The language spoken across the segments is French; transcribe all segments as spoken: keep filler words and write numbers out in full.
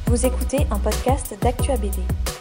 Vous écoutez un podcast d'Actua B D.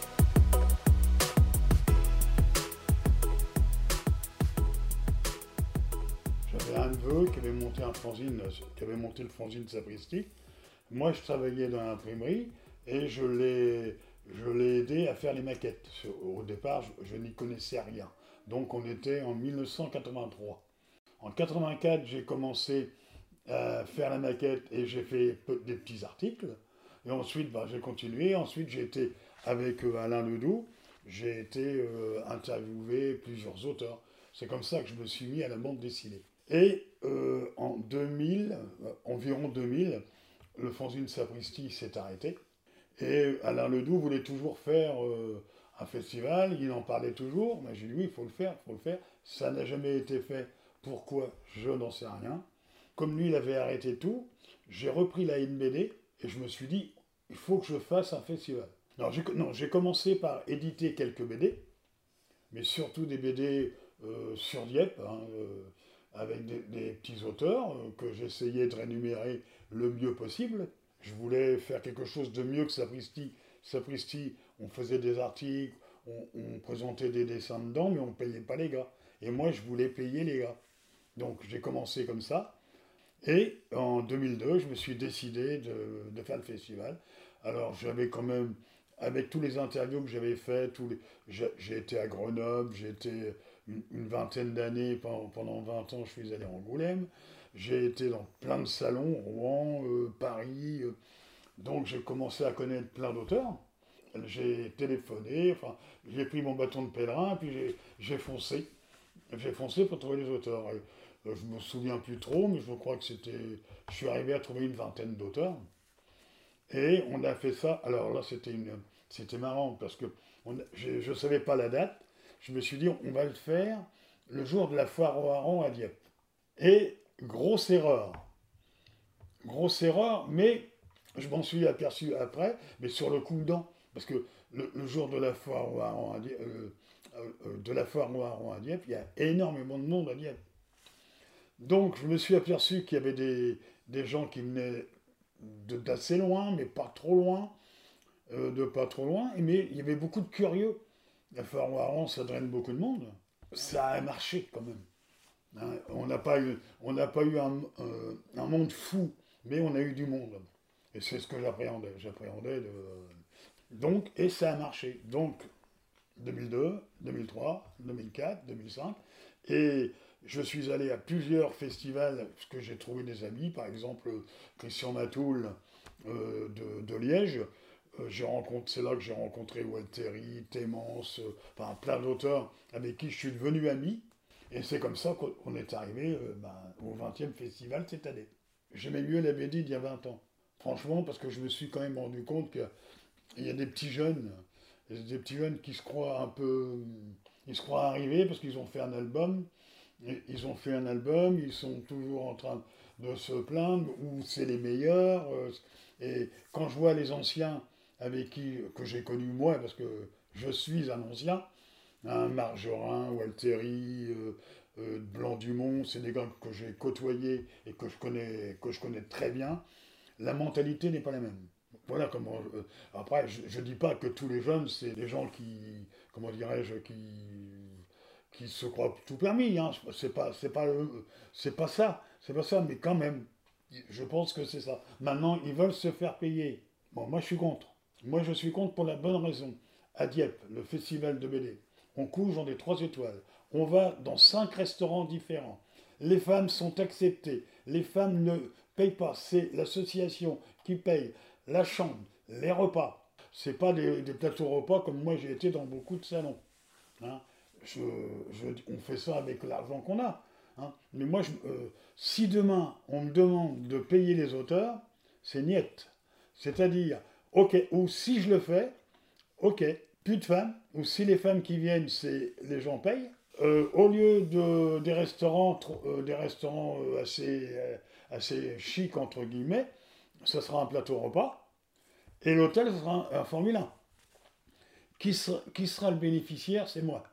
J'avais un neveu qui avait monté un fanzine, qui avait monté le fanzine Sapristi. Moi, je travaillais dans l'imprimerie et je l'ai, je l'ai aidé à faire les maquettes. Au départ, je, je n'y connaissais rien. Donc, on était en mille neuf cent quatre-vingt-trois. En quatre-vingt-quatre, j'ai commencé à faire la maquette et j'ai fait des petits articles. Et ensuite, bah, j'ai continué. Ensuite, j'ai été avec euh, Alain Ledoux, j'ai été euh, interviewé plusieurs auteurs. C'est comme ça que je me suis mis à la bande dessinée. Et euh, en deux mille, euh, environ deux mille, le fanzine Sapristi s'est arrêté. Et Alain Ledoux voulait toujours faire euh, un festival, il en parlait toujours. Mais j'ai dit oui, il faut le faire, il faut le faire. Ça n'a jamais été fait. Pourquoi? Je n'en sais rien. Comme lui, il avait arrêté tout, j'ai repris la N B D et je me suis dit, il faut que je fasse un festival. Alors, j'ai, non, j'ai commencé par éditer quelques B D, mais surtout des B D euh, sur Dieppe, hein, euh, avec des, des petits auteurs euh, que j'essayais de rémunérer le mieux possible. Je voulais faire quelque chose de mieux que Sapristi. Sapristi, on faisait des articles, on, on présentait des dessins dedans, mais on ne payait pas les gars. Et moi, je voulais payer les gars. Donc, j'ai commencé comme ça. Et en deux mille deux, je me suis décidé de, de faire le festival. Alors j'avais quand même, avec tous les interviews que j'avais faites, tous les, j'ai, j'ai été à Grenoble, j'ai été une, une vingtaine d'années, pendant, pendant vingt ans, je suis allé à Angoulême. J'ai été dans plein de salons, Rouen, euh, Paris. Euh, donc j'ai commencé à connaître plein d'auteurs. J'ai téléphoné, enfin, j'ai pris mon bâton de pèlerin, puis j'ai, j'ai foncé. J'ai foncé pour trouver les auteurs. Et, euh, je me souviens plus trop, mais je crois que c'était. Je suis arrivé à trouver une vingtaine d'auteurs. Et on a fait ça. Alors là, c'était une, c'était marrant parce que on, je ne savais pas la date. Je me suis dit, on va le faire le jour de la foire aux harengs à Dieppe. Et grosse erreur. Grosse erreur, mais je m'en suis aperçu après, mais sur le coup dedans. Parce que le, le jour de la foire aux harengs à Dieppe, euh, euh, de la foire aux harengs à Dieppe, il y a énormément de monde à Dieppe. Donc je me suis aperçu qu'il y avait des, des gens qui venaient de, d'assez loin, mais pas trop loin, euh, de pas trop loin, mais il y avait beaucoup de curieux. La foire aux harengs, ça draine beaucoup de monde. Ça a marché quand même. Hein, on n'a pas eu, on n'a pas eu un, euh, un monde fou, mais on a eu du monde. Et c'est ce que j'appréhendais. J'appréhendais de... Donc, et ça a marché. Donc, deux mille deux, deux mille trois, deux mille quatre, deux mille cinq. Et je suis allé à plusieurs festivals, parce que j'ai trouvé des amis, par exemple Christian Matoul euh, de, de Liège. Euh, j'ai rencontré, c'est là que j'ai rencontré Walteri, Thémence, euh, enfin plein d'auteurs avec qui je suis devenu ami. Et c'est comme ça qu'on est arrivé euh, ben, au vingtième festival cette année. J'aimais mieux la B D d'il y a vingt ans. Franchement, parce que je me suis quand même rendu compte qu'il y a des petits jeunes, des petits jeunes qui se croient un peu, ils se croient arrivés parce qu'ils ont fait un album, ils ont fait un album, ils sont toujours en train de se plaindre où c'est les meilleurs. Et quand je vois les anciens avec qui que j'ai connus moi, parce que je suis un ancien, hein, Margerin, Walteri, euh, euh, Blanc-Dumont, c'est des gars que j'ai côtoyés et que je connais, que je connais très bien. La mentalité n'est pas la même. Voilà comment. Euh, après, je ne dis pas que tous les jeunes, c'est des gens qui, comment dirais-je, qui, qui se croient tout permis. Hein. C'est pas, c'est pas, euh, c'est pas ça, c'est pas ça. Mais quand même, je pense que c'est ça. Maintenant, ils veulent se faire payer. Bon, moi, je suis contre. Moi, je suis contre pour la bonne raison. À Dieppe, le festival de B D, on couche dans des trois étoiles. On va dans cinq restaurants différents. Les femmes sont acceptées. Les femmes ne payent pas. C'est l'association qui paye la chambre, les repas. C'est pas des, des plateaux repas comme moi j'ai été dans beaucoup de salons. Hein. Je, je, on fait ça avec l'argent qu'on a. Hein. Mais moi, je, euh, si demain on me demande de payer les auteurs, c'est niette. C'est-à-dire, ok, ou si je le fais, ok, plus de femmes, ou si les femmes qui viennent, c'est les gens payent. Euh, au lieu de des restaurants, euh, des restaurants euh, assez, euh, assez chic entre guillemets, ce sera un plateau repas, et l'hôtel ce sera un, un Formule un. Qui sera, qui sera le bénéficiaire? C'est moi.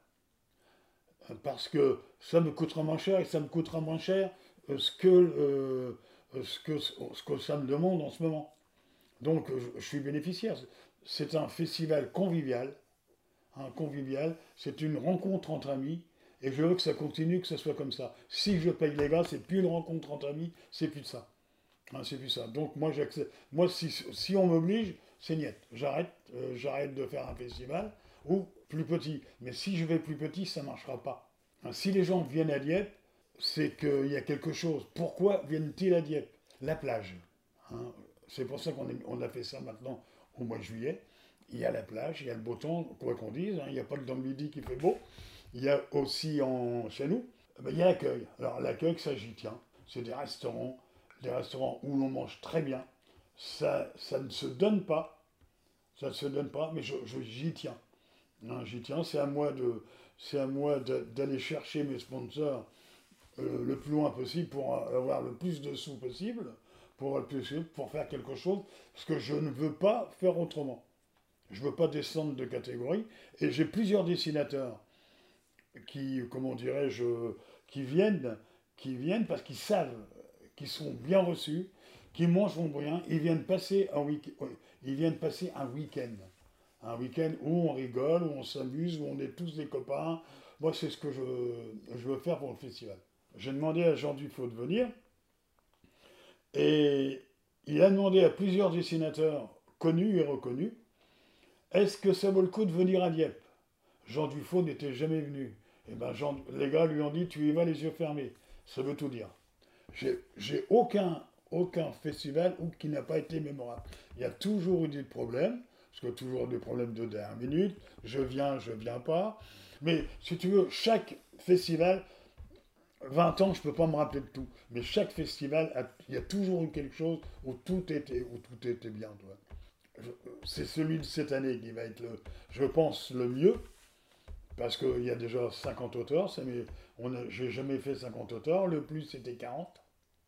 Parce que ça me coûtera moins cher, et ça me coûtera moins cher euh, ce, que, euh, ce, que, ce que ça me demande en ce moment. Donc je, je suis bénéficiaire. C'est un festival convivial, hein, convivial. C'est une rencontre entre amis. Et je veux que ça continue, que ça soit comme ça. Si je paye les gars, c'est plus une rencontre entre amis, c'est plus de ça. Hein, c'est plus ça. Donc moi, j'accepte. Moi, si, si on m'oblige, c'est niet. J'arrête, euh, j'arrête de faire un festival ou plus petit. Mais si je vais plus petit, ça ne marchera pas. Hein, si les gens viennent à Dieppe, c'est qu'il y a quelque chose. Pourquoi viennent-ils à Dieppe? La plage. Hein, c'est pour ça qu'on est, on a fait ça maintenant au mois de juillet. Il y a la plage, il y a le beau temps, quoi qu'on dise. Hein, il n'y a pas que dans le midi qui fait beau. Il y a aussi en, chez nous, ben, il y a l'accueil. Alors l'accueil, ça j'y tiens. C'est des restaurants, des restaurants où l'on mange très bien. Ça, ça ne se donne pas. Ça ne se donne pas, mais je, je, j'y tiens. Hein, j'y tiens. C'est à moi, de, c'est à moi de, d'aller chercher mes sponsors euh, le plus loin possible pour avoir le plus de sous possible, pour, le plus, pour faire quelque chose, parce que je ne veux pas faire autrement. Je ne veux pas descendre de catégorie. Et j'ai plusieurs dessinateurs qui, comment dirais-je, qui viennent, qui viennent parce qu'ils savent, qu'ils sont bien reçus, qu'ils mangeront bien, ils viennent passer un week- ils viennent passer un week-end. Un week-end où on rigole, où on s'amuse, où on est tous des copains. Moi, c'est ce que je, je veux faire pour le festival. J'ai demandé à Jean Dufaux de venir, et il a demandé à plusieurs dessinateurs connus et reconnus, est-ce que ça vaut le coup de venir à Dieppe? Jean Dufaux n'était jamais venu. Et ben Jean, les gars lui ont dit, tu y vas les yeux fermés. Ça veut tout dire. J'ai, j'ai aucun, aucun festival où, qui n'a pas été mémorable. Il y a toujours eu des problèmes, parce qu'il y a toujours des problèmes de dernière minute. Je viens, je viens pas. Mais si tu veux, chaque festival, vingt ans, je ne peux pas me rappeler de tout. Mais chaque festival, a, il y a toujours eu quelque chose où tout était, où tout était bien. Toi. C'est celui de cette année qui va être, le, je pense, le mieux. Parce qu'il y a déjà cinquante auteurs, ça, mais on a, j'ai jamais fait cinquante auteurs, le plus c'était quarante.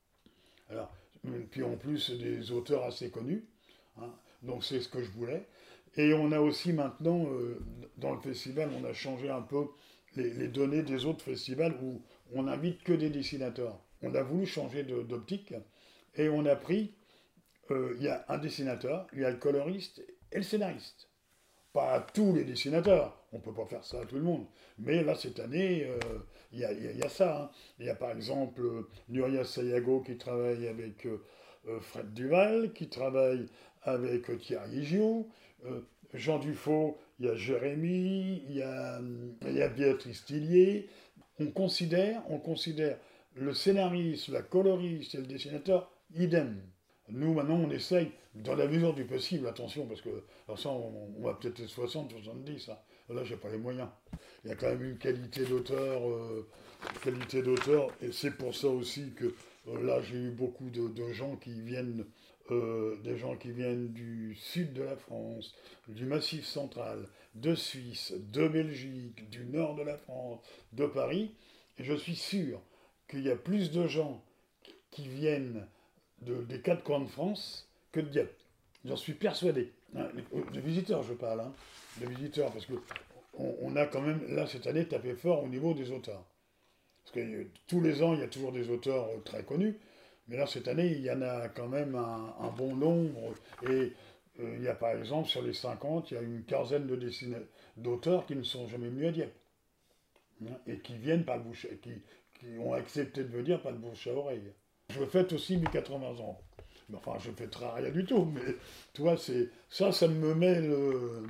Alors, puis en plus, c'est des auteurs assez connus, hein, donc c'est ce que je voulais. Et on a aussi maintenant, euh, dans le festival, on a changé un peu les, les données des autres festivals où on n'invite que des dessinateurs. On a voulu changer de, d'optique et on a pris, euh, il y a un dessinateur, il y a le coloriste et le scénariste. Pas à tous les dessinateurs, on ne peut pas faire ça à tout le monde. Mais là, cette année, il euh, y, y, y a ça. Il hein. y a par exemple euh, Nuria Sayago qui travaille avec euh, Fred Duval, qui travaille avec euh, Thierry Giou, euh, Jean Dufaux, il y a Jérémy, il y a, y a Béatrice Tillier. On considère, on considère le scénariste, la coloriste et le dessinateur idem. Nous, maintenant, on essaye, dans la mesure du possible, attention, parce que, alors ça, on, on va peut-être être soixante, soixante-dix, hein. Là, j'ai pas les moyens. Il y a quand même une qualité d'auteur, euh, qualité d'auteur, et c'est pour ça aussi que, euh, là, j'ai eu beaucoup de, de gens qui viennent, euh, des gens qui viennent du sud de la France, du Massif central, de Suisse, de Belgique, du nord de la France, de Paris, et je suis sûr qu'il y a plus de gens qui viennent De, des quatre coins de France que de Dieppe. J'en suis persuadé. Hein, les, les visiteurs, je parle. Hein, les visiteurs, parce que on, on a quand même, là, cette année, tapé fort au niveau des auteurs. Parce que euh, tous les ans, il y a toujours des auteurs euh, très connus, mais là, cette année, il y en a quand même un, un bon nombre. Et euh, il y a, par exemple, sur les cinquante, il y a une quinzaine de dessina- d'auteurs qui ne sont jamais venus à Dieppe. Hein, et qui viennent par le bouche, qui, qui ont accepté de venir par le bouche à oreille. Je fête aussi mes quatre-vingts ans. Mais enfin, je ne fêterai rien du tout, mais toi, c'est ça, ça me met le,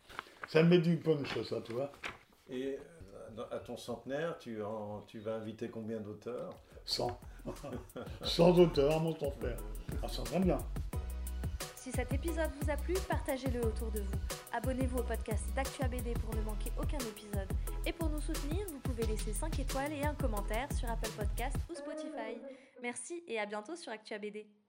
ça me met du punch, ça, tu vois. Et à ton centenaire, tu, en, tu vas inviter combien d'auteurs? cent. cent auteurs à mon centenaire. Ah, ça va bien. Si cet épisode vous a plu, partagez-le autour de vous. Abonnez-vous au podcast d'Actua B D pour ne manquer aucun épisode. Et pour nous soutenir, vous pouvez laisser cinq étoiles et un commentaire sur Apple Podcasts ou Spotify. Merci et à bientôt sur Actua B D.